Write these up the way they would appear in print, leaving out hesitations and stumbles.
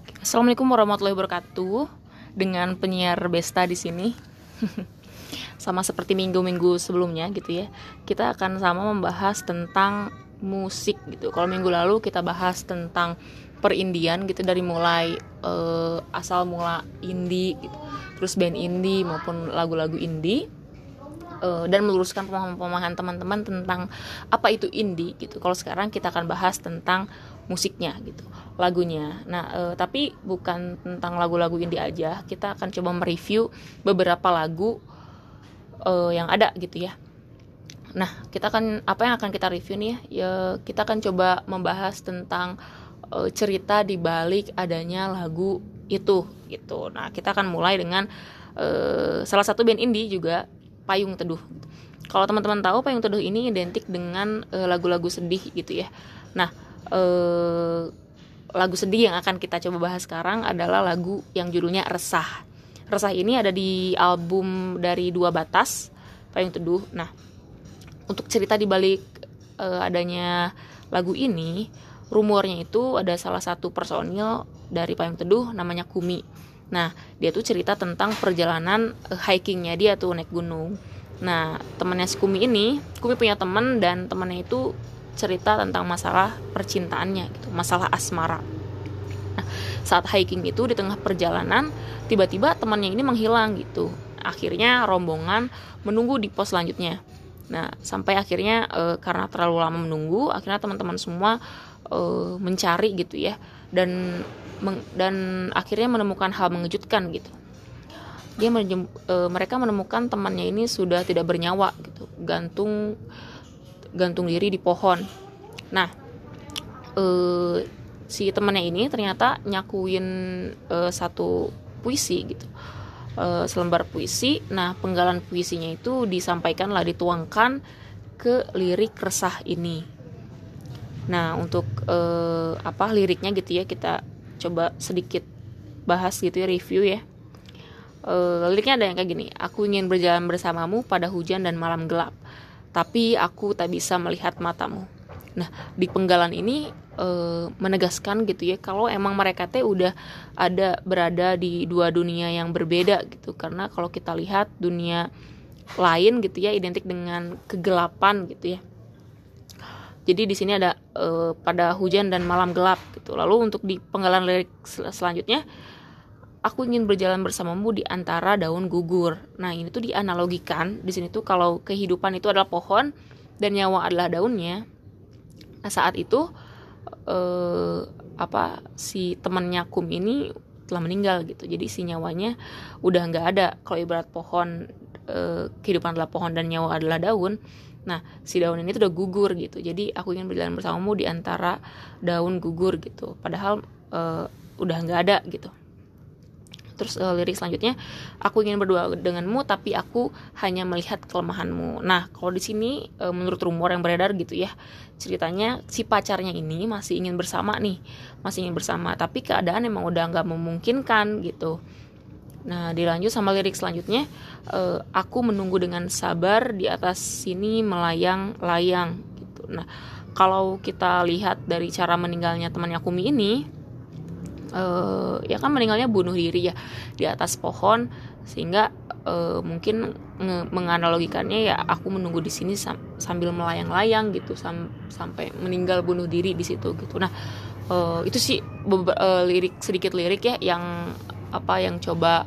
Assalamualaikum warahmatullahi wabarakatuh. Dengan penyiar Besta di sini. Sama seperti minggu-minggu sebelumnya gitu ya. Kita akan sama membahas tentang musik gitu. Kalau minggu lalu kita bahas tentang perindian gitu, dari mulai asal mula indie gitu. Terus band indie maupun lagu-lagu indie. Dan meluruskan pemahaman teman-teman tentang apa itu indie gitu. Kalau sekarang kita akan bahas tentang musiknya gitu, lagunya. Nah, tapi bukan tentang lagu-lagu indie aja. Kita akan coba mereview beberapa lagu yang ada gitu ya. Nah, apa yang akan kita review nih ya? Kita akan coba membahas tentang cerita di balik adanya lagu itu gitu. Nah, kita akan mulai dengan salah satu band indie juga, Payung Teduh. Kalau teman-teman tahu, Payung Teduh ini identik dengan lagu-lagu sedih gitu ya. Nah, lagu sedih yang akan kita coba bahas sekarang adalah lagu yang judulnya Resah. Resah ini ada di album dari Dua Batas, Payung Teduh. Nah, untuk cerita di balik adanya lagu ini, rumornya itu ada salah satu personil dari Payung Teduh namanya Kumi. Nah, dia tuh cerita tentang perjalanan hikingnya dia tuh naik gunung. Nah, temannya si Kumi punya teman, dan temannya itu cerita tentang masalah percintaannya gitu, masalah asmara. Nah, saat hiking itu di tengah perjalanan, tiba-tiba temannya ini menghilang gitu. Akhirnya rombongan menunggu di pos selanjutnya. Nah, sampai akhirnya karena terlalu lama menunggu, akhirnya teman-teman semua mencari gitu ya, dan akhirnya menemukan hal mengejutkan gitu. Mereka menemukan temannya ini sudah tidak bernyawa gitu, gantung diri di pohon. Nah, si temannya ini ternyata nyakuin satu puisi gitu, selembar puisi. Nah, penggalan puisinya itu dituangkan ke lirik Resah ini. Nah, untuk liriknya gitu ya, kita coba sedikit bahas gitu ya, review ya. Liriknya ada yang kayak gini: aku ingin berjalan bersamamu pada hujan dan malam gelap, tapi aku tak bisa melihat matamu. Nah, di penggalan ini menegaskan gitu ya, kalau emang mereka udah berada di dua dunia yang berbeda gitu. Karena kalau kita lihat dunia lain gitu ya, identik dengan kegelapan gitu ya. Jadi di sini ada pada hujan dan malam gelap gitu. Lalu untuk di penggalan lirik selanjutnya, aku ingin berjalan bersamamu di antara daun gugur. Nah, ini tuh dianalogikan di sini tuh kalau kehidupan itu adalah pohon dan nyawa adalah daunnya. Nah, saat itu si temannya Kum ini telah meninggal gitu. Jadi si nyawanya udah nggak ada. Kalau ibarat pohon, kehidupan adalah pohon dan nyawa adalah daun. Nah, si daun ini tuh udah gugur gitu. Jadi aku ingin berjalan bersamamu di antara daun gugur gitu. Padahal udah nggak ada gitu. Terus lirik selanjutnya, aku ingin berdua denganmu tapi aku hanya melihat kelemahanmu. Nah, kalau di sini menurut rumor yang beredar gitu ya, ceritanya si pacarnya ini masih ingin bersama, tapi keadaan emang udah nggak memungkinkan gitu. Nah, dilanjut sama lirik selanjutnya, aku menunggu dengan sabar di atas sini melayang-layang gitu. Nah, kalau kita lihat dari cara meninggalnya temannya Kumi ini, ya kan meninggalnya bunuh diri ya di atas pohon, sehingga mungkin menganalogikannya ya aku menunggu di sini sambil melayang-layang gitu sampai meninggal bunuh diri di situ gitu. Nah, itu sih sedikit lirik ya yang coba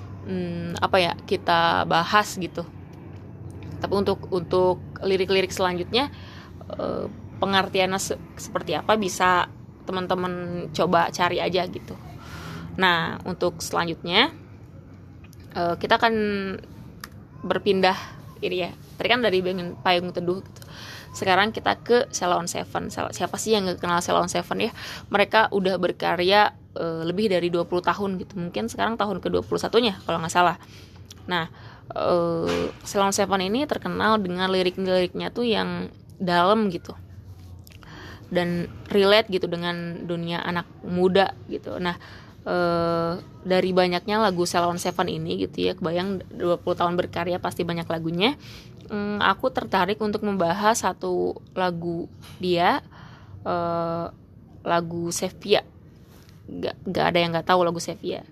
kita bahas gitu. Tapi untuk lirik-lirik selanjutnya, pengertiannya seperti apa bisa teman-teman coba cari aja gitu. Nah, untuk selanjutnya kita akan berpindah ini ya. Tadi kan dari Payung Teduh gitu. Sekarang kita ke Sheila on 7. Siapa sih yang gak kenal Sheila on 7 ya? Mereka udah berkarya lebih dari 20 tahun gitu. Mungkin sekarang tahun ke-21-nya kalau gak salah. Nah, Sheila on 7 ini terkenal dengan lirik-liriknya tuh yang dalam gitu, dan relate gitu dengan dunia anak muda gitu. Nah, dari banyaknya lagu Sheila on 7 ini gitu ya, kebayang 20 tahun berkarya pasti banyak lagunya. Aku tertarik untuk membahas satu lagu dia, lagu Sevia. nggak ada yang nggak tahu lagu Sevilla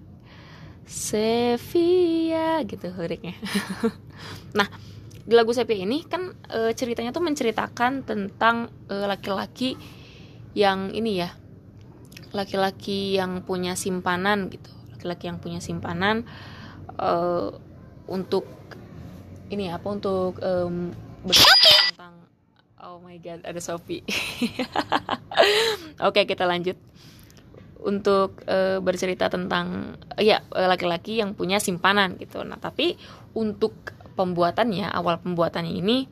gitu liriknya. Nah, di lagu Sevilla ini kan ceritanya tuh menceritakan tentang laki-laki yang ini ya, laki-laki yang punya simpanan gitu, laki-laki yang punya simpanan untuk ini apa, untuk bercerita tentang, oh my god, ada Sophie. Oke, kita lanjut. Untuk bercerita tentang laki-laki yang punya simpanan gitu. Nah, tapi untuk pembuatannya, awal pembuatannya ini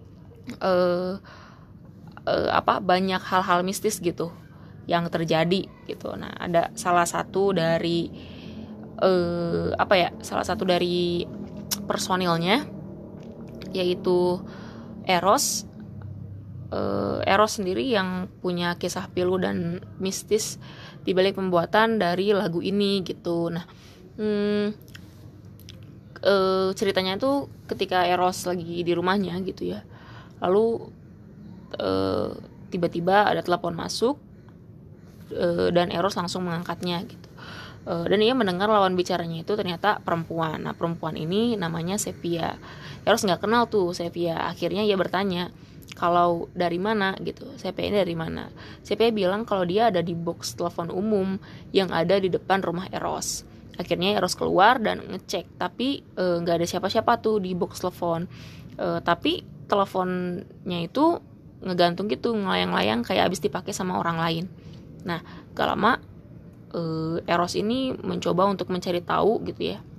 banyak hal-hal mistis gitu yang terjadi gitu. Nah, ada salah satu dari personilnya, yaitu Eros. Eros sendiri yang punya kisah pilu dan mistis di balik pembuatan dari lagu ini gitu. Nah, ceritanya itu ketika Eros lagi di rumahnya gitu ya, lalu tiba-tiba ada telepon masuk, dan Eros langsung mengangkatnya gitu. Dan ia mendengar lawan bicaranya itu ternyata perempuan. Nah, perempuan ini namanya Sevilla. Eros nggak kenal tuh Sevilla. Akhirnya ia bertanya kalau dari mana gitu, Sevilla ini dari mana. Sevilla bilang kalau dia ada di box telepon umum yang ada di depan rumah Eros. Akhirnya Eros keluar dan ngecek, tapi nggak ada siapa-siapa tuh di box telepon. Tapi teleponnya itu ngegantung gitu, ngelayang-layang kayak abis dipakai sama orang lain. Nah, gak lama Eros ini mencoba untuk mencari tahu gitu ya,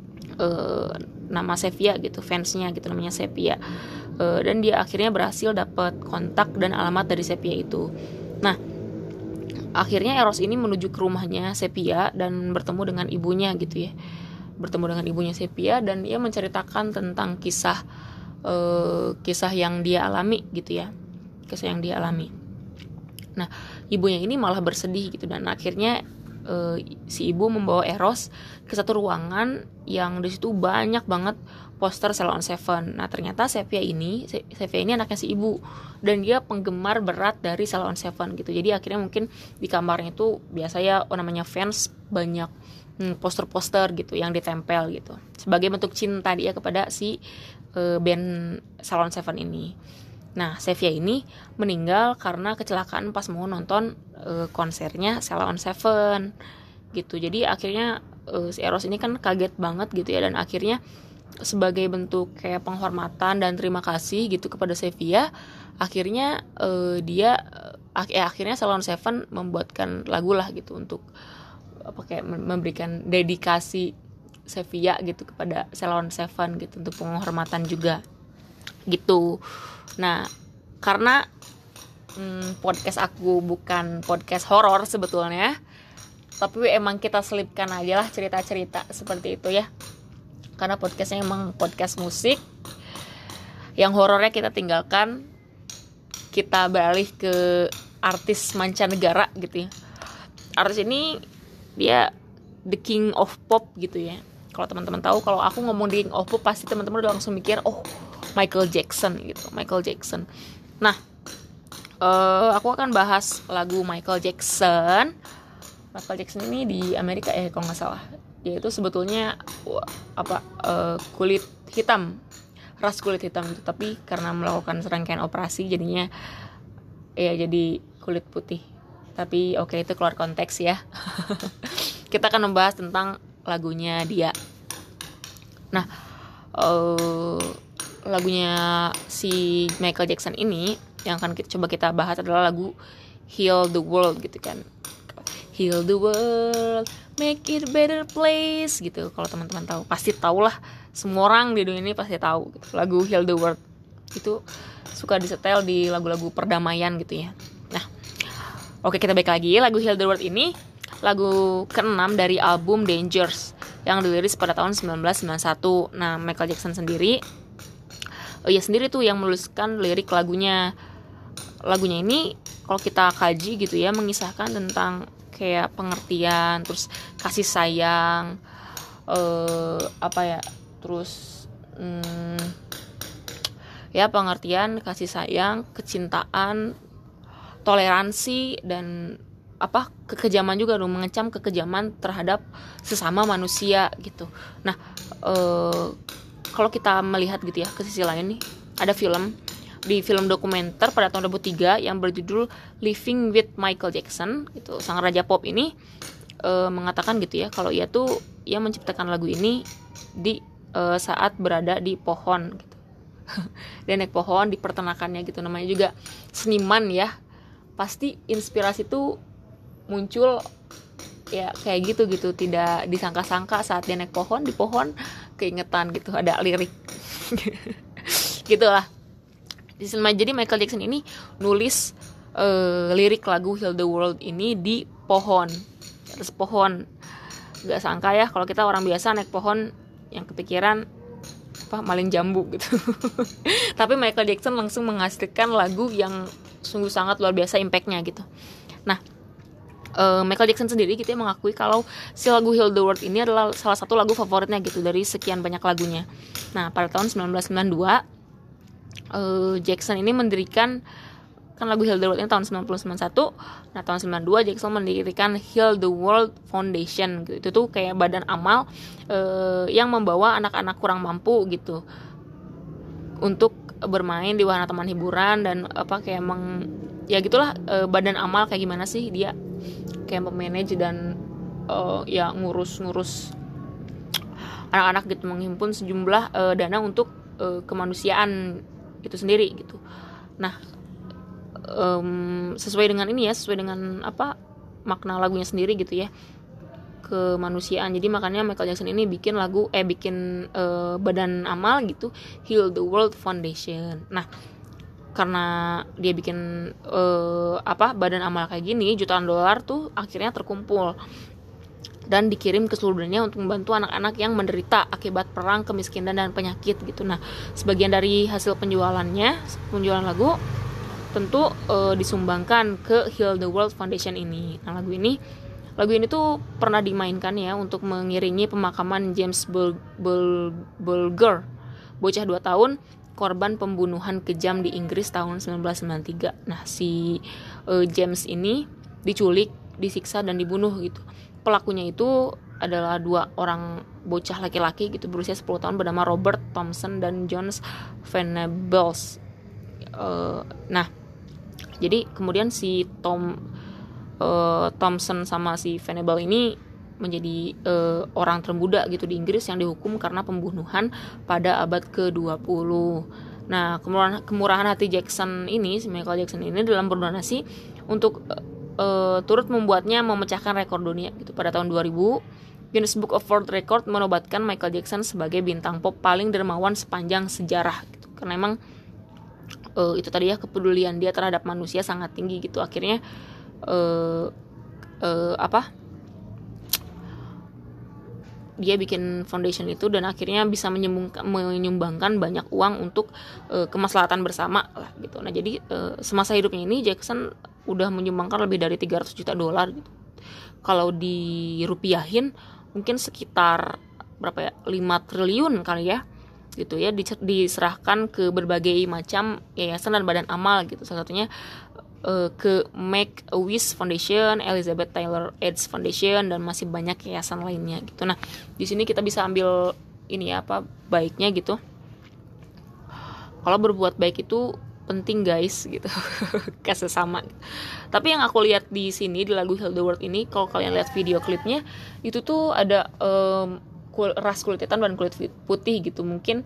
nama Sevilla gitu, fansnya gitu, namanya Sevilla. Dan dia akhirnya berhasil dapat kontak dan alamat dari Sevilla itu. Nah, akhirnya Eros ini menuju ke rumahnya Sevilla dan bertemu dengan ibunya gitu ya, bertemu dengan ibunya Sevilla, dan ia menceritakan tentang kisah yang dia alami gitu ya, kisah yang dia alami. Nah, ibunya ini malah bersedih gitu, dan akhirnya si ibu membawa Eros ke satu ruangan yang di situ banyak banget poster Ceylon Seven. Nah, ternyata Sevilla ini anaknya si ibu, dan dia penggemar berat dari Ceylon Seven gitu. Jadi akhirnya mungkin di kamarnya itu biasanya namanya fans, banyak poster-poster gitu yang ditempel gitu sebagai bentuk cinta dia kepada si band Ceylon Seven ini. Nah, Sevilla ini meninggal karena kecelakaan pas mau nonton konsernya Ceylon Seven gitu. Jadi akhirnya si Eros ini kan kaget banget gitu ya, dan akhirnya sebagai bentuk kayak penghormatan dan terima kasih gitu kepada Sevilla, akhirnya akhirnya Ceylon Seven membuatkan lagu lah gitu untuk kayak memberikan dedikasi Sevilla gitu kepada Ceylon Seven gitu, untuk penghormatan juga gitu. Nah, karena podcast aku bukan podcast horor sebetulnya, tapi emang kita selipkan aja lah cerita-cerita seperti itu ya, karena podcastnya emang podcast musik. Yang horornya kita tinggalkan, kita beralih ke artis mancanegara gitu ya. Artis ini dia the king of pop gitu ya. Kalau teman-teman tahu, kalau aku ngomong the king of pop, pasti teman-teman udah langsung mikir, oh, Michael Jackson gitu, Michael Jackson. Nah, aku akan bahas lagu Michael Jackson. Michael Jackson ini di Amerika kalau nggak salah, dia itu sebetulnya kulit hitam, ras kulit hitam itu, tapi karena melakukan serangkaian operasi jadinya jadi kulit putih. Tapi oke, itu keluar konteks ya. Kita akan membahas tentang lagunya dia. Nah, lagunya si Michael Jackson ini yang akan coba kita bahas adalah lagu Heal the World gitu kan. Heal the world, make it a better place gitu. Kalau teman-teman tahu, pasti tahu lah. Semua orang di dunia ini pasti tahu gitu. Lagu Heal the World itu suka disetel di lagu-lagu perdamaian gitu ya. Nah, oke, kita balik lagi. Lagu Heal the World ini lagu ke-6 dari album Dangerous yang dirilis pada tahun 1991. Nah, Michael Jackson sendiri sendiri tuh yang menuliskan lirik lagunya. Lagunya ini kalau kita kaji gitu ya, mengisahkan tentang kayak pengertian, terus kasih sayang, terus pengertian, kasih sayang, kecintaan, toleransi, dan kekejaman juga dong, mengecam kekejaman terhadap sesama manusia gitu. Nah, kalau kita melihat gitu ya ke sisi lain nih, ada film dokumenter pada tahun 2003 yang berjudul Living with Michael Jackson gitu. Sang raja pop ini mengatakan gitu ya kalau ia menciptakan lagu ini di saat berada di pohon gitu. Dia naik pohon di peternakannya gitu. Namanya juga seniman ya, pasti inspirasi tuh muncul ya kayak gitu, tidak disangka-sangka saat dia naik pohon, di pohon keingetan gitu, ada lirik gitulah. Jadi Michael Jackson ini nulis lirik lagu Heal the World ini di pohon, atas pohon. Gak sangka ya kalau kita orang biasa naik pohon yang kepikiran maling jambu gitu. Tapi Michael Jackson langsung menghasilkan lagu yang sungguh sangat luar biasa impactnya gitu. Nah, Michael Jackson sendiri gitu ya mengakui kalau si lagu Heal the World ini adalah salah satu lagu favoritnya gitu dari sekian banyak lagunya. Nah, pada tahun 1992 Jackson ini mendirikan, kan lagu Heal the World ini tahun 1991. Nah, tahun 92 Jackson mendirikan Heal the World Foundation gitu. Itu tuh kayak badan amal yang membawa anak-anak kurang mampu gitu untuk bermain di wahana taman hiburan dan kayak ya gitulah, badan amal kayak gimana sih dia kayak memanage dan ya ngurus anak-anak gitu, menghimpun sejumlah dana untuk kemanusiaan itu sendiri gitu. Nah, sesuai dengan makna lagunya sendiri gitu ya, kemanusiaan. Jadi makanya Michael Jackson ini bikin badan amal gitu, Heal the World Foundation. Nah, karena dia bikin badan amal kayak gini, jutaan dolar tuh akhirnya terkumpul dan dikirim ke seluruh dunia untuk membantu anak-anak yang menderita akibat perang, kemiskinan, dan penyakit gitu. Nah, sebagian dari hasil penjualan lagu tentu disumbangkan ke Heal the World Foundation ini. Nah, lagu ini tuh pernah dimainkan ya untuk mengiringi pemakaman James Bulger, bocah 2 tahun, korban pembunuhan kejam di Inggris tahun 1993. Nah, si James ini diculik, disiksa, dan dibunuh gitu. Pelakunya itu adalah 2 orang bocah laki-laki gitu berusia 10 tahun bernama Robert Thompson dan John Venables. Nah, jadi kemudian si Thompson sama si Venable ini menjadi orang termuda gitu di Inggris yang dihukum karena pembunuhan pada abad ke-20. Nah, kemurahan hati Michael Jackson ini dalam berdonasi untuk turut membuatnya memecahkan rekor dunia gitu. Pada tahun 2000, Guinness Book of World Record menobatkan Michael Jackson sebagai bintang pop paling dermawan sepanjang sejarah gitu. Karena emang itu tadi ya, kepedulian dia terhadap manusia sangat tinggi gitu. Akhirnya dia bikin foundation itu dan akhirnya bisa menyumbangkan banyak uang untuk kemaslahatan bersama lah gitu. Nah, jadi semasa hidupnya ini Jackson udah menyumbangkan lebih dari 300 juta dolar gitu. Kalau dirupiahin mungkin sekitar 5 triliun kali ya gitu ya, diserahkan ke berbagai macam yayasan dan badan amal gitu. Salah satunya ke Make-A-Wish Foundation, Elizabeth Taylor AIDS Foundation, dan masih banyak yayasan lainnya gitu. Nah, di sini kita bisa ambil baiknya gitu. Kalau berbuat baik itu penting guys gitu ke sesama gitu. Tapi yang aku lihat di sini di lagu Heal the World ini, kalau kalian lihat video klipnya itu tuh ada ras kulit hitam dan kulit putih gitu. Mungkin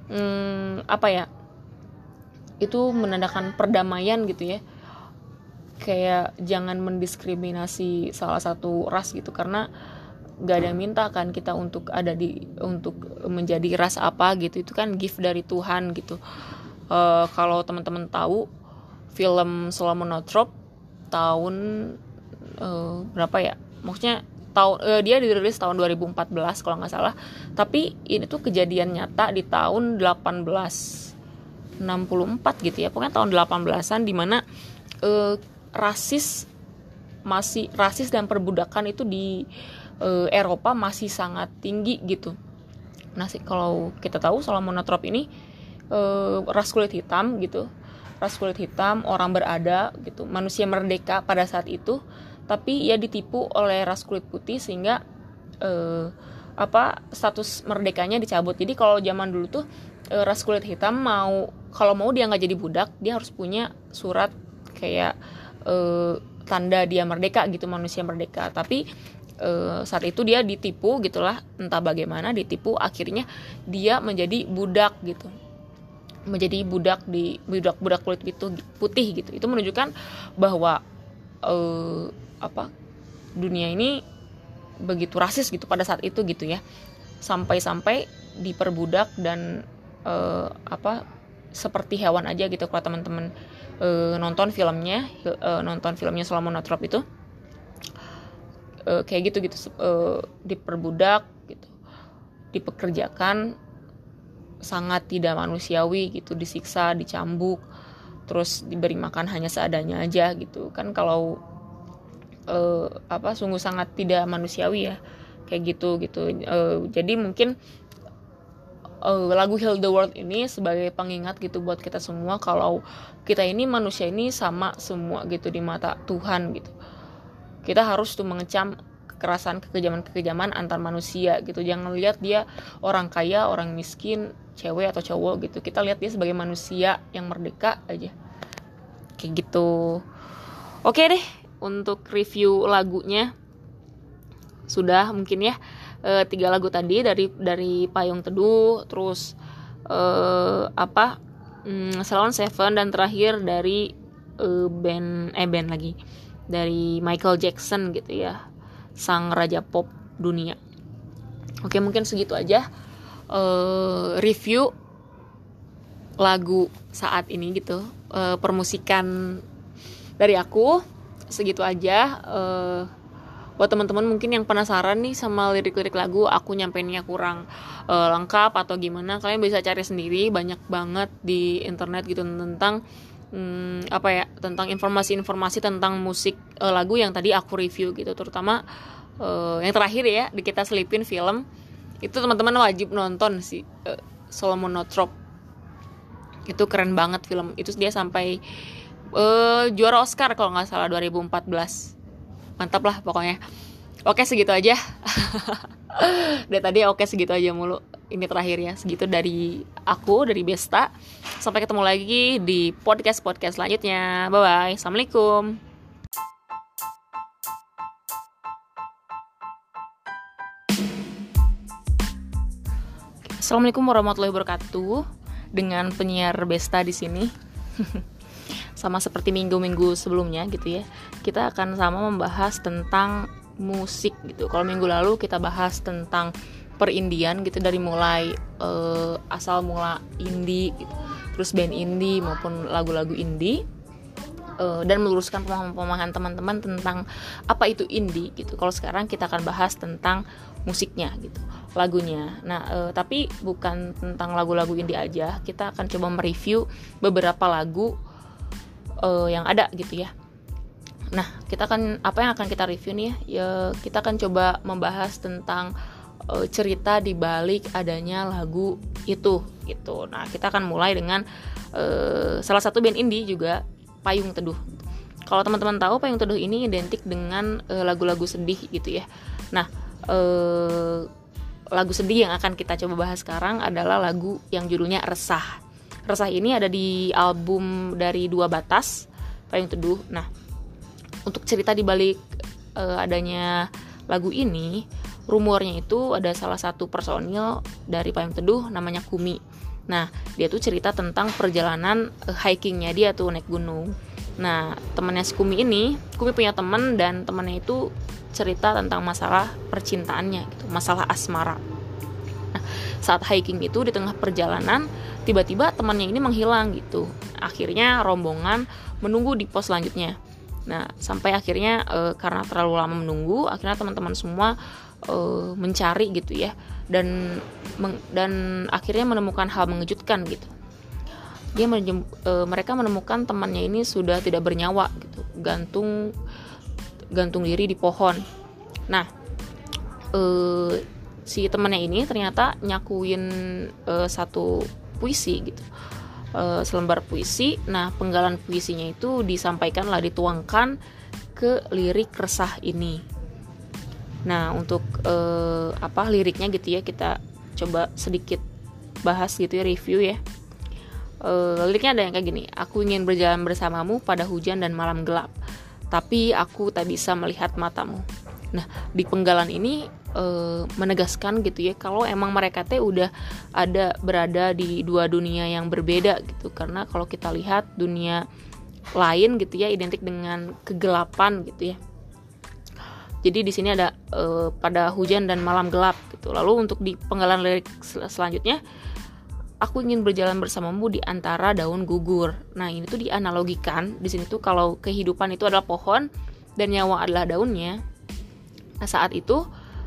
itu menandakan perdamaian gitu ya, kayak jangan mendiskriminasi salah satu ras gitu, karena gak ada yang minta kan kita untuk menjadi ras apa gitu. Itu kan gift dari Tuhan gitu. Kalau teman-teman tahu film Solomon Northup tahun berapa ya, maksudnya dia dirilis tahun 2014 kalau nggak salah, tapi ini tuh kejadian nyata di tahun 1864 gitu ya, pokoknya tahun 18-an, dimana rasis dan perbudakan itu di Eropa masih sangat tinggi gitu. Nah, kalau kita tahu Solomon Northup ini ras kulit hitam, orang berada gitu, manusia merdeka pada saat itu, tapi ia ditipu oleh ras kulit putih sehingga status merdekanya dicabut. Jadi kalau zaman dulu tuh ras kulit hitam kalau mau dia nggak jadi budak, dia harus punya surat kayak tanda dia merdeka gitu, manusia merdeka. Tapi saat itu dia ditipu gitulah, entah bagaimana ditipu, akhirnya dia menjadi budak gitu, menjadi budak kulit putih gitu. Itu menunjukkan bahwa dunia ini begitu rasis gitu pada saat itu gitu ya, sampai diperbudak dan seperti hewan aja gitu. Kalau teman-teman nonton filmnya Solomon Northrop itu kayak gitu diperbudak gitu, dipekerjakan sangat tidak manusiawi gitu, disiksa, dicambuk, terus diberi makan hanya seadanya aja gitu kan. Kalau sungguh sangat tidak manusiawi ya kayak gitu. Jadi mungkin lagu Heal the World ini sebagai pengingat gitu buat kita semua, kalau kita ini manusia ini sama semua gitu di mata Tuhan gitu. Kita harus tuh mengecam kekejaman antar manusia gitu. Jangan lihat dia orang kaya, orang miskin, cewek atau cowok gitu. Kita lihat dia sebagai manusia yang merdeka aja. Kayak gitu. Oke deh, untuk review lagunya sudah mungkin ya. 3 lagu tadi dari Payung Teduh, terus Salon Seven, dan terakhir dari band lagi dari Michael Jackson gitu ya, sang raja pop dunia. Oke, mungkin segitu aja review lagu saat ini gitu, permusikan dari aku segitu aja. Buat teman-teman mungkin yang penasaran nih sama lirik-lirik lagu, aku nyampeinnya kurang lengkap atau gimana, kalian bisa cari sendiri, banyak banget di internet gitu tentang tentang informasi-informasi tentang musik lagu yang tadi aku review gitu. Terutama yang terakhir ya, di Kita Selipin film itu, teman-teman wajib nonton sih. Solomon Northrop itu keren banget film itu, dia sampai juara Oscar kalau nggak salah 2014. Mantap lah pokoknya. Oke, segitu aja. Dari tadi segitu aja mulu. Ini terakhir ya, segitu dari aku, dari Besta. Sampai ketemu lagi di podcast selanjutnya. Bye-bye. Assalamualaikum. Assalamualaikum warahmatullahi wabarakatuh. Dengan penyiar Besta di sini. Sama seperti minggu-minggu sebelumnya gitu ya, kita akan sama membahas tentang musik gitu. Kalau minggu lalu kita bahas tentang perindian gitu, dari mulai asal mula indie gitu, terus band indie maupun lagu-lagu indie, dan meluruskan pemahaman teman-teman tentang apa itu indie gitu. Kalau sekarang kita akan bahas tentang musiknya gitu, lagunya. Nah, tapi bukan tentang lagu-lagu indie aja, kita akan coba mereview beberapa lagu yang ada gitu ya. Nah, apa yang akan kita review nih ya, kita akan coba membahas tentang cerita di balik adanya lagu itu gitu. Nah, kita akan mulai dengan salah satu band indie juga, Payung Teduh. Kalau teman-teman tahu, Payung Teduh ini identik dengan lagu-lagu sedih gitu ya. Nah, lagu sedih yang akan kita coba bahas sekarang adalah lagu yang judulnya Resah. Resah ini ada di album dari Dua Batas, Payung Teduh. Nah, untuk cerita di balik adanya lagu ini, rumornya itu ada salah satu personil dari Payung Teduh namanya Kumi. Nah, dia tuh cerita tentang perjalanan hikingnya dia tuh naik gunung. Nah, temannya si Kumi punya teman, dan temannya itu cerita tentang masalah percintaannya gitu, masalah asmara. Nah, saat hiking itu di tengah perjalanan tiba-tiba temannya ini menghilang gitu. Akhirnya rombongan menunggu di pos selanjutnya. Nah, sampai akhirnya karena terlalu lama menunggu, akhirnya teman-teman semua mencari gitu ya, dan akhirnya menemukan hal mengejutkan gitu. Mereka menemukan temannya ini sudah tidak bernyawa gitu, gantung diri di pohon. Nah, si temannya ini ternyata nyakuin satu puisi gitu, selembar puisi. Nah, penggalan puisinya itu disampaikan lah, dituangkan ke lirik resah ini. Nah, untuk liriknya gitu ya, kita coba sedikit bahas gitu ya, review ya. Liriknya ada yang kayak gini. Aku ingin berjalan bersamamu pada hujan dan malam gelap, tapi aku tak bisa melihat matamu. Nah, di penggalan ini menegaskan gitu ya, kalau emang mereka udah berada di dua dunia yang berbeda gitu. Karena kalau kita lihat dunia lain gitu ya, identik dengan kegelapan gitu ya. Jadi di sini ada pada hujan dan malam gelap gitu. Lalu untuk di penggalan lirik selanjutnya, aku ingin berjalan bersamamu di antara daun gugur. Nah, ini tuh dianalogikan di sini tuh kalau kehidupan itu adalah pohon dan nyawa adalah daunnya. Nah, saat itu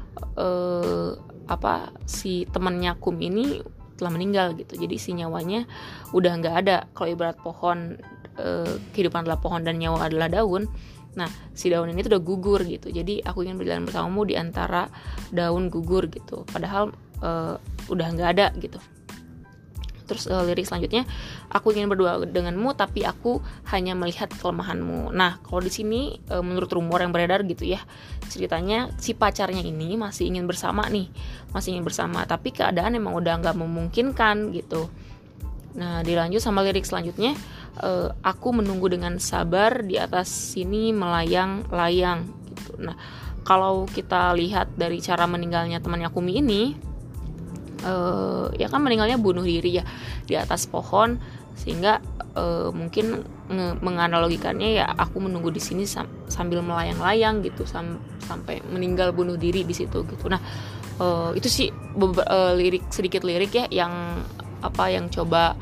si temannya Kum ini telah meninggal gitu. Jadi si nyawanya udah nggak ada. Kalau ibarat pohon, kehidupan adalah pohon dan nyawa adalah daun. Nah, si daun ini tuh udah gugur gitu. Jadi aku ingin berjalan bersamamu di antara daun gugur gitu. Padahal udah nggak ada gitu. Terus lirik selanjutnya, aku ingin berdua denganmu tapi aku hanya melihat kelemahanmu. Nah, kalau di sini menurut rumor yang beredar gitu ya, ceritanya si pacarnya ini masih ingin bersama, tapi keadaan emang udah nggak memungkinkan gitu. Nah, dilanjut sama lirik selanjutnya, aku menunggu dengan sabar di atas sini melayang-layang gitu. Nah, kalau kita lihat dari cara meninggalnya temannya Kumi ini, ya kan meninggalnya bunuh diri ya di atas pohon, sehingga mungkin menganalogikannya ya aku menunggu di sini sambil melayang-layang gitu sampai meninggal bunuh diri di situ gitu. Nah, itu sih sedikit lirik ya yang coba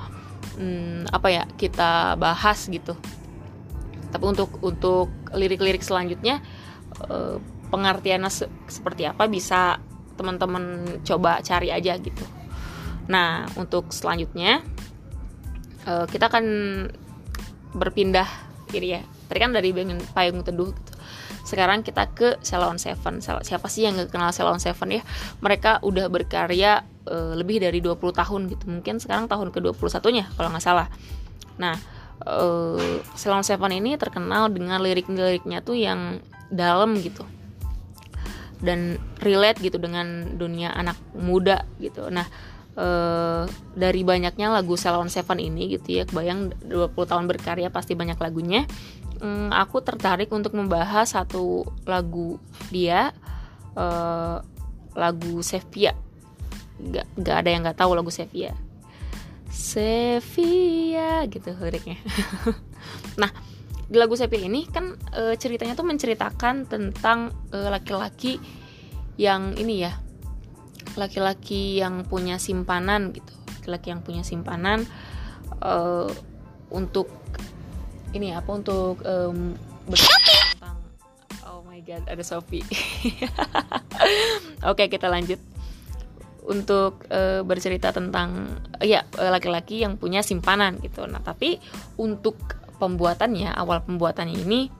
kita bahas gitu. Tapi untuk lirik-lirik selanjutnya pengertiannya seperti apa bisa teman-teman coba cari aja gitu. Nah, untuk selanjutnya kita akan berpindah ini ya. Tadi kan dari Payung Teduh gitu. Sekarang kita ke Ceylon Seven. Siapa sih yang gak kenal Ceylon Seven ya? Mereka udah berkarya lebih dari 20 tahun gitu. Mungkin sekarang tahun ke-21-nya kalau gak salah. Nah, Ceylon Seven ini terkenal dengan lirik-liriknya tuh yang dalam gitu dan relate gitu dengan dunia anak muda gitu. Nah, dari banyaknya lagu Ceylon Seven ini gitu ya, kebayang 20 tahun berkarya pasti banyak lagunya. Aku tertarik untuk membahas satu lagu dia, lagu Sevia. Gak ada yang gak tahu lagu Sevia gitu liriknya. Nah, di lagu Sevia ini kan ceritanya tuh menceritakan tentang laki-laki yang ini ya, laki-laki yang punya simpanan gitu, laki-laki yang punya simpanan untuk ini untuk bercerita tentang, oh my god, ada Sophie. Oke, kita lanjut. Untuk bercerita tentang laki-laki yang punya simpanan gitu. Nah, tapi untuk awal pembuatannya ini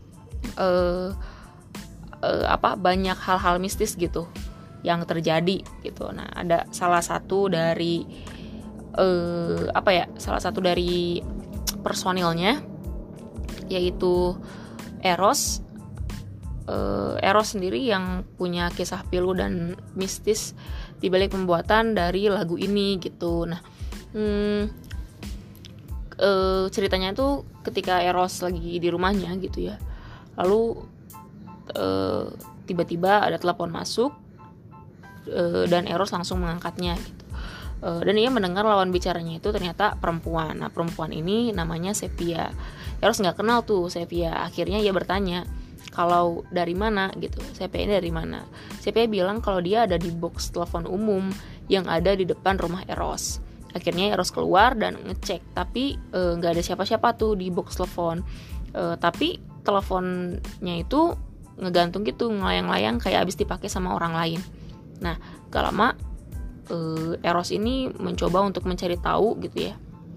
banyak hal-hal mistis gitu yang terjadi gitu. Nah, ada salah satu dari personilnya, yaitu Eros. Eros sendiri yang punya kisah pilu dan mistis di balik pembuatan dari lagu ini gitu. Nah, ceritanya tuh ketika Eros lagi di rumahnya gitu ya, lalu tiba-tiba ada telepon masuk dan Eros langsung mengangkatnya gitu. Dan ia mendengar lawan bicaranya itu ternyata perempuan. Nah, perempuan ini namanya Sevia. Eros nggak kenal tuh Sevia. Akhirnya ia bertanya kalau dari mana gitu. Sevia ini dari mana? Sevia bilang kalau dia ada di box telepon umum yang ada di depan rumah Eros. Akhirnya Eros keluar dan ngecek, tapi nggak ada siapa-siapa tuh di box telepon. Tapi teleponnya itu ngegantung gitu, ngelayang-layang kayak abis dipakai sama orang lain. Nah, gak lama Eros ini mencoba untuk mencari tahu gitu ya,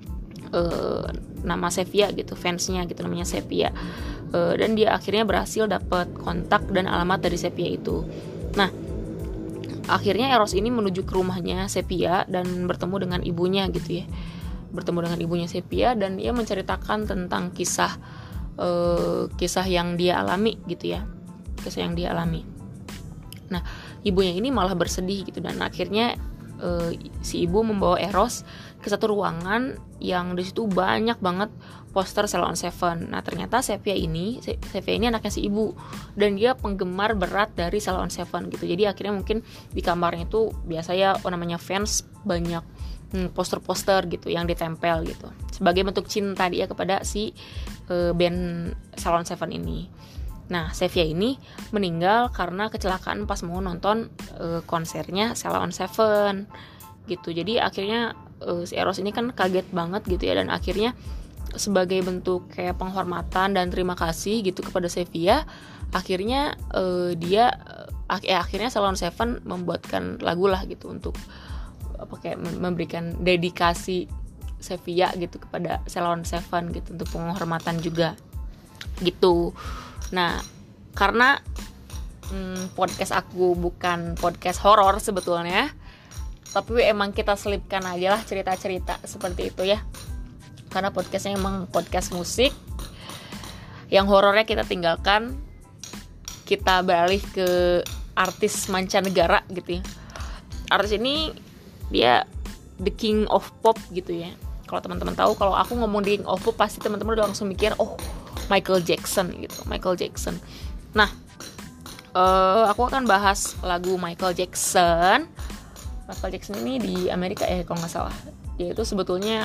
nama Sevia gitu, fansnya gitu, namanya Sevia. Dan dia akhirnya berhasil dapat kontak dan alamat dari Sevia itu. Nah, akhirnya Eros ini menuju ke rumahnya Sevia dan bertemu dengan ibunya gitu ya. bertemu dengan ibunya Sepia, dan ia menceritakan tentang kisah yang dia alami gitu ya, kisah yang dia alami. Nah, ibunya ini malah bersedih gitu, dan akhirnya si ibu membawa Eros ke satu ruangan yang di situ banyak banget poster Ceylon Seven. Nah, ternyata Sepia ini anaknya si ibu, dan dia penggemar berat dari Ceylon Seven gitu. Jadi akhirnya mungkin di kamarnya itu biasanya namanya fans, banyak poster-poster gitu yang ditempel gitu sebagai bentuk cinta dia kepada si band Ceylon Seven ini. Nah, Sepia ini meninggal karena kecelakaan pas mau nonton konsernya Ceylon Seven gitu. Jadi akhirnya si Eros ini kan kaget banget gitu ya, dan akhirnya sebagai bentuk kayak penghormatan dan terima kasih gitu kepada Sepia, akhirnya akhirnya Ceylon Seven membuatkan lagu lah gitu untuk kayak memberikan dedikasi Sepia gitu kepada Ceylon Seven gitu, untuk penghormatan juga gitu. Nah, karena podcast aku bukan podcast horor sebetulnya, tapi emang kita selipkan aja lah cerita-cerita seperti itu ya, karena podcastnya emang podcast musik. Yang horornya kita tinggalkan, kita beralih ke artis mancanegara gitu ya. Artis ini dia the king of pop gitu ya. Kalau teman-teman tahu, kalau aku ngomong the king of pop, pasti teman-teman udah langsung mikir Michael Jackson gitu, Michael Jackson. Nah, aku akan bahas lagu Michael Jackson. Michael Jackson ini di Amerika ya kalau nggak salah. Dia itu sebetulnya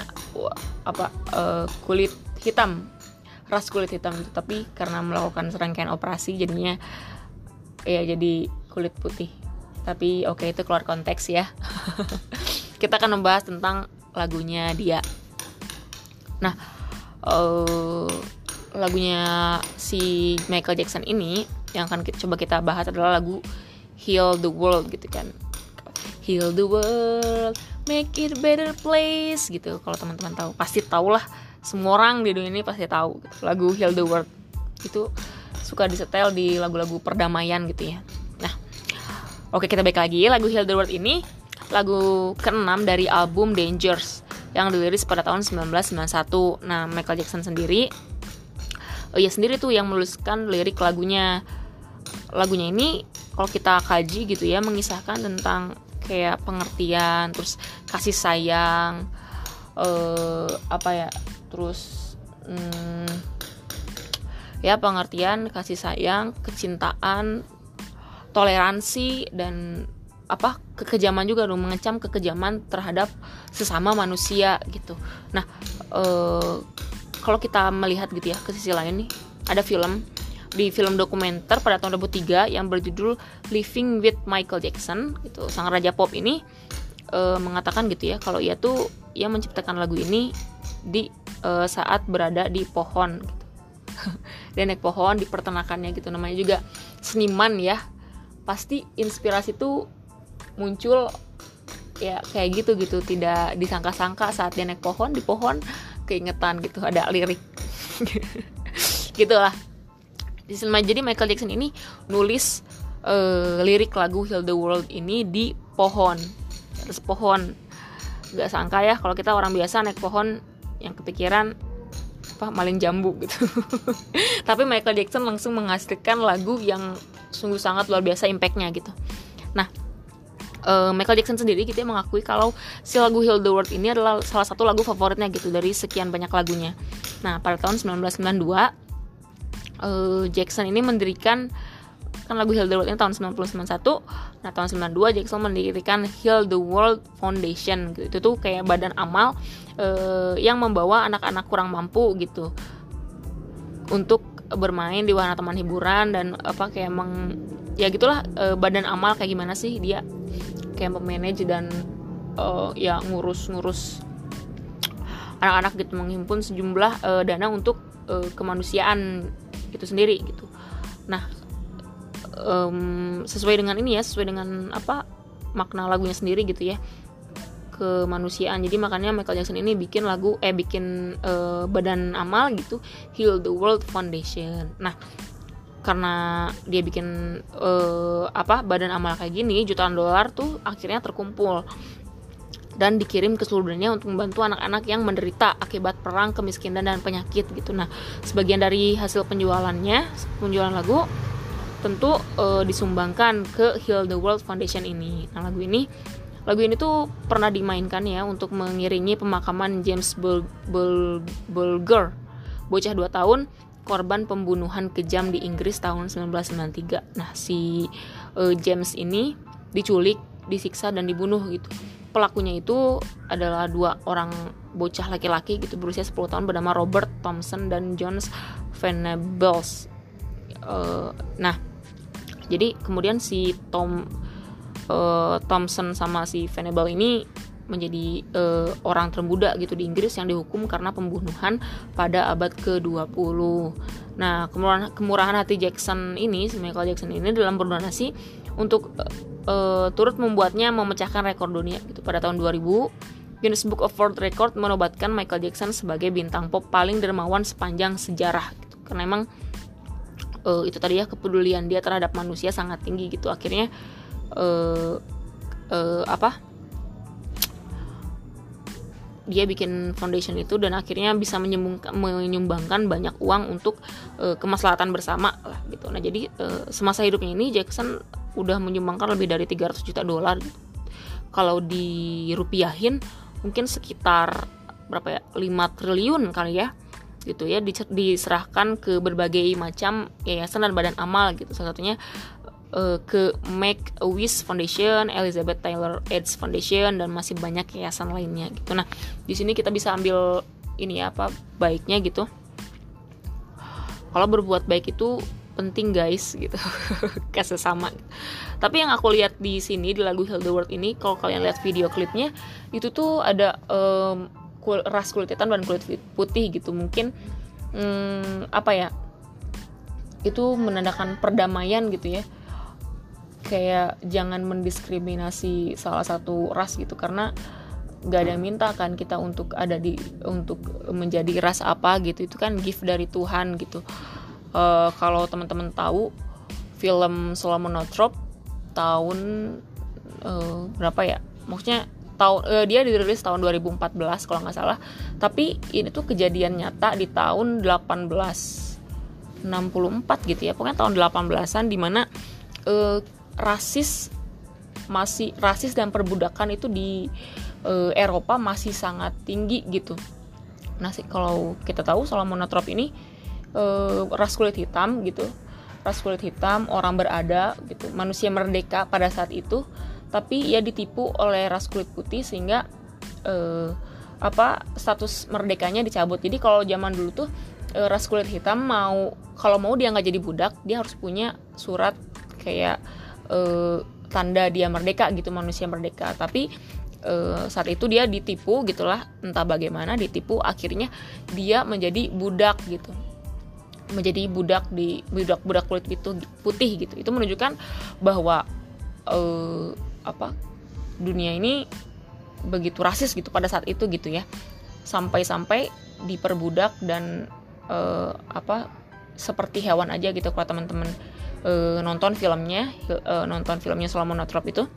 kulit hitam, ras kulit hitam, tapi karena melakukan serangkaian operasi jadinya ya jadi kulit putih. Tapi oke, itu keluar konteks ya. Kita akan membahas tentang lagunya dia. Nah, lagunya si Michael Jackson ini yang akan coba kita bahas adalah lagu Heal the World gitu kan. Heal the world, make it a better place gitu. Kalau teman-teman tahu, pasti tahu lah. Semua orang di dunia ini pasti tahu gitu. Lagu Heal the World itu suka disetel di lagu-lagu perdamaian gitu ya. Nah, oke, kita balik lagi. Lagu Heal the World ini lagu ke-6 dari album Dangerous yang dirilis pada tahun 1991. Nah, Michael Jackson sendiri tuh yang menuliskan lirik lagunya. Lagunya ini kalau kita kaji gitu ya, mengisahkan tentang kayak pengertian, terus kasih sayang, pengertian, kasih sayang, kecintaan, toleransi, dan kekejaman juga dong, mengecam kekejaman terhadap sesama manusia gitu. Nah, kalau kita melihat gitu ya ke sisi lain nih, ada film dokumenter pada tahun 2003 yang berjudul Living with Michael Jackson gitu. Sang raja pop ini mengatakan gitu ya, kalau ia menciptakan lagu ini di saat berada di pohon gitu. Dia naik pohon di peternakannya gitu. Namanya juga seniman ya, pasti inspirasi itu muncul ya kayak gitu, tidak disangka-sangka saat dia naik pohon, di pohon keingetan gitu, ada lirik gitulah. Jadi Michael Jackson ini nulis lirik lagu Heal the World ini di pohon, atas pohon. Gak sangka ya, kalau kita orang biasa naik pohon yang kepikiran malin jambu gitu. Tapi Michael Jackson langsung menghasilkan lagu yang sungguh sangat luar biasa impactnya gitu. Nah, Michael Jackson sendiri gitu ya mengakui kalau si lagu Heal the World ini adalah salah satu lagu favoritnya gitu dari sekian banyak lagunya. Nah, pada tahun 1992 Jackson ini mendirikan, kan lagu Heal the World ini tahun 1991. Nah, tahun 92 Jackson mendirikan Heal the World Foundation gitu. Itu tuh kayak badan amal yang membawa anak-anak kurang mampu gitu untuk bermain di wahana taman hiburan, dan kayak ya gitulah, badan amal kayak gimana sih dia kayak memanage dan ya ngurus anak-anak gitu, menghimpun sejumlah dana untuk kemanusiaan itu sendiri gitu. Nah, sesuai dengan makna lagunya sendiri gitu ya, kemanusiaan. Jadi makanya Michael Jackson ini bikin badan amal gitu, Heal the World Foundation. Nah, karena dia bikin badan amal kayak gini, jutaan dolar tuh akhirnya terkumpul. dan dikirim ke seluruh dunia untuk membantu anak-anak yang menderita akibat perang, kemiskinan, dan penyakit gitu. Nah, sebagian dari hasil penjualan lagu tentu disumbangkan ke Heal the World Foundation ini. Nah, lagu ini tuh pernah dimainkan ya untuk mengiringi pemakaman James Bulger, bocah 2 tahun, korban pembunuhan kejam di Inggris tahun 1993. Nah, si James ini diculik, disiksa, dan dibunuh gitu. Pelakunya itu adalah 2 orang bocah laki-laki gitu berusia 10 tahun bernama Robert Thompson dan John Venables. Nah, jadi kemudian si Thompson sama si Venable ini menjadi orang termuda gitu di Inggris yang dihukum karena pembunuhan pada abad ke-20. Nah, kemurahan hati Michael Jackson ini dalam berdonasi untuk turut membuatnya memecahkan rekor dunia gitu. Pada tahun 2000, Guinness Book of World Record menobatkan Michael Jackson sebagai bintang pop paling dermawan sepanjang sejarah gitu. Karena emang itu tadi ya, kepedulian dia terhadap manusia sangat tinggi gitu. Akhirnya dia bikin foundation itu dan akhirnya bisa menyumbangkan banyak uang untuk kemaslahatan bersama lah gitu. Nah, jadi semasa hidupnya ini Jackson udah menyumbangkan lebih dari $300 juta gitu. Kalau dirupiahin mungkin sekitar berapa ya, 5 triliun kali ya gitu ya, diserahkan ke berbagai macam yayasan dan badan amal gitu. Salah satunya ke Make-A-Wish Foundation, Elizabeth Taylor AIDS Foundation, dan masih banyak yayasan lainnya gitu. Nah, di sini kita bisa ambil baiknya gitu. Kalau berbuat baik itu penting guys gitu ke sesama. Tapi yang aku lihat di sini di lagu Heal the World ini, kalau kalian lihat video klipnya itu tuh ada ras kulit hitam dan kulit putih gitu. Mungkin itu menandakan perdamaian gitu ya. Kayak jangan mendiskriminasi salah satu ras gitu, karena gak ada yang minta kan kita untuk menjadi ras apa gitu. Itu kan gift dari Tuhan gitu. Kalau teman-teman tahu film Solomon Northrop tahun berapa ya, maksudnya dia dirilis tahun 2014 kalau nggak salah, tapi ini tuh kejadian nyata di tahun 1864 gitu ya, pokoknya tahun 18-an, dimana rasis dan perbudakan itu di Eropa masih sangat tinggi gitu. Nah, kalau kita tahu Solomon Northrop ini ras kulit hitam, orang berada gitu, manusia merdeka pada saat itu, tapi ia ditipu oleh ras kulit putih sehingga status merdekanya dicabut. Jadi kalau zaman dulu tuh ras kulit hitam kalau mau dia nggak jadi budak, dia harus punya surat kayak tanda dia merdeka gitu, manusia merdeka. Tapi saat itu dia ditipu gitulah, entah bagaimana ditipu, akhirnya dia menjadi budak gitu, menjadi budak kulit putih gitu. Itu menunjukkan bahwa dunia ini begitu rasis gitu pada saat itu gitu ya, sampai diperbudak dan seperti hewan aja gitu. Kalau teman-teman nonton filmnya Solomon Northrop itu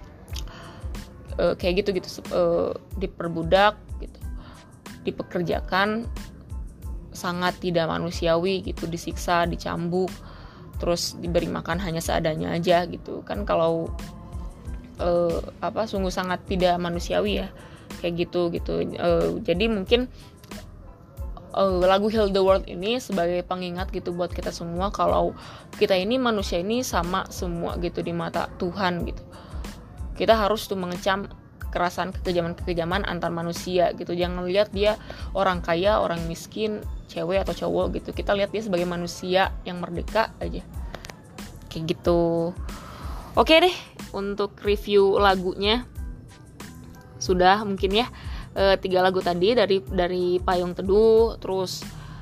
kayak gitu diperbudak gitu, dipekerjakan sangat tidak manusiawi gitu, disiksa, dicambuk, terus diberi makan hanya seadanya aja gitu kan. Kalau sungguh sangat tidak manusiawi ya kayak gitu. Jadi mungkin lagu Heal the World ini sebagai pengingat gitu buat kita semua, kalau kita ini manusia ini sama semua gitu di mata Tuhan gitu. Kita harus tuh mengecam kekerasan, kekejaman antar manusia gitu. Jangan lihat dia orang kaya, orang miskin, cewek atau cowok gitu. Kita lihat dia sebagai manusia yang merdeka aja kayak gitu. Oke deh, untuk review lagunya sudah mungkin ya. 3 lagu tadi dari Payung Teduh, terus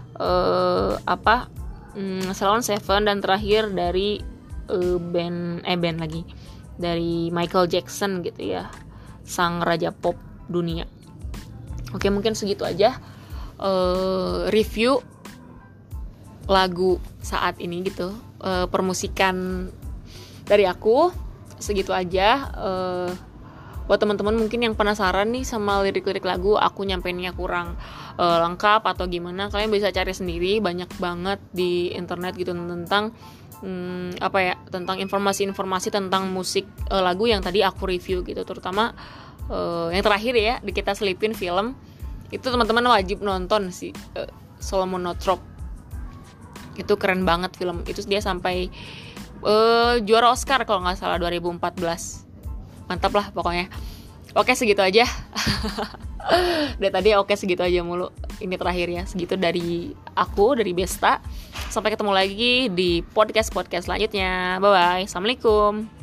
Salon Seven, dan terakhir dari band lagi dari Michael Jackson gitu ya, sang raja pop dunia. Oke, mungkin segitu aja review lagu saat ini gitu, permusikan dari aku segitu aja. Buat teman-teman mungkin yang penasaran nih sama lirik-lirik lagu, aku nyampeinnya kurang lengkap atau gimana, kalian bisa cari sendiri, banyak banget di internet gitu tentang tentang informasi-informasi tentang musik lagu yang tadi aku review gitu, terutama yang terakhir ya di Kita Selipin film itu teman-teman wajib nonton sih, Solomon Northrop. Itu keren banget film itu, dia sampai juara Oscar kalau nggak salah 2014. Mantap lah pokoknya. Oke, segitu aja. Dari tadi oke segitu aja mulu. Ini terakhir ya, segitu dari aku, dari Besta. Sampai ketemu lagi di podcast selanjutnya. Bye bye. Assalamualaikum.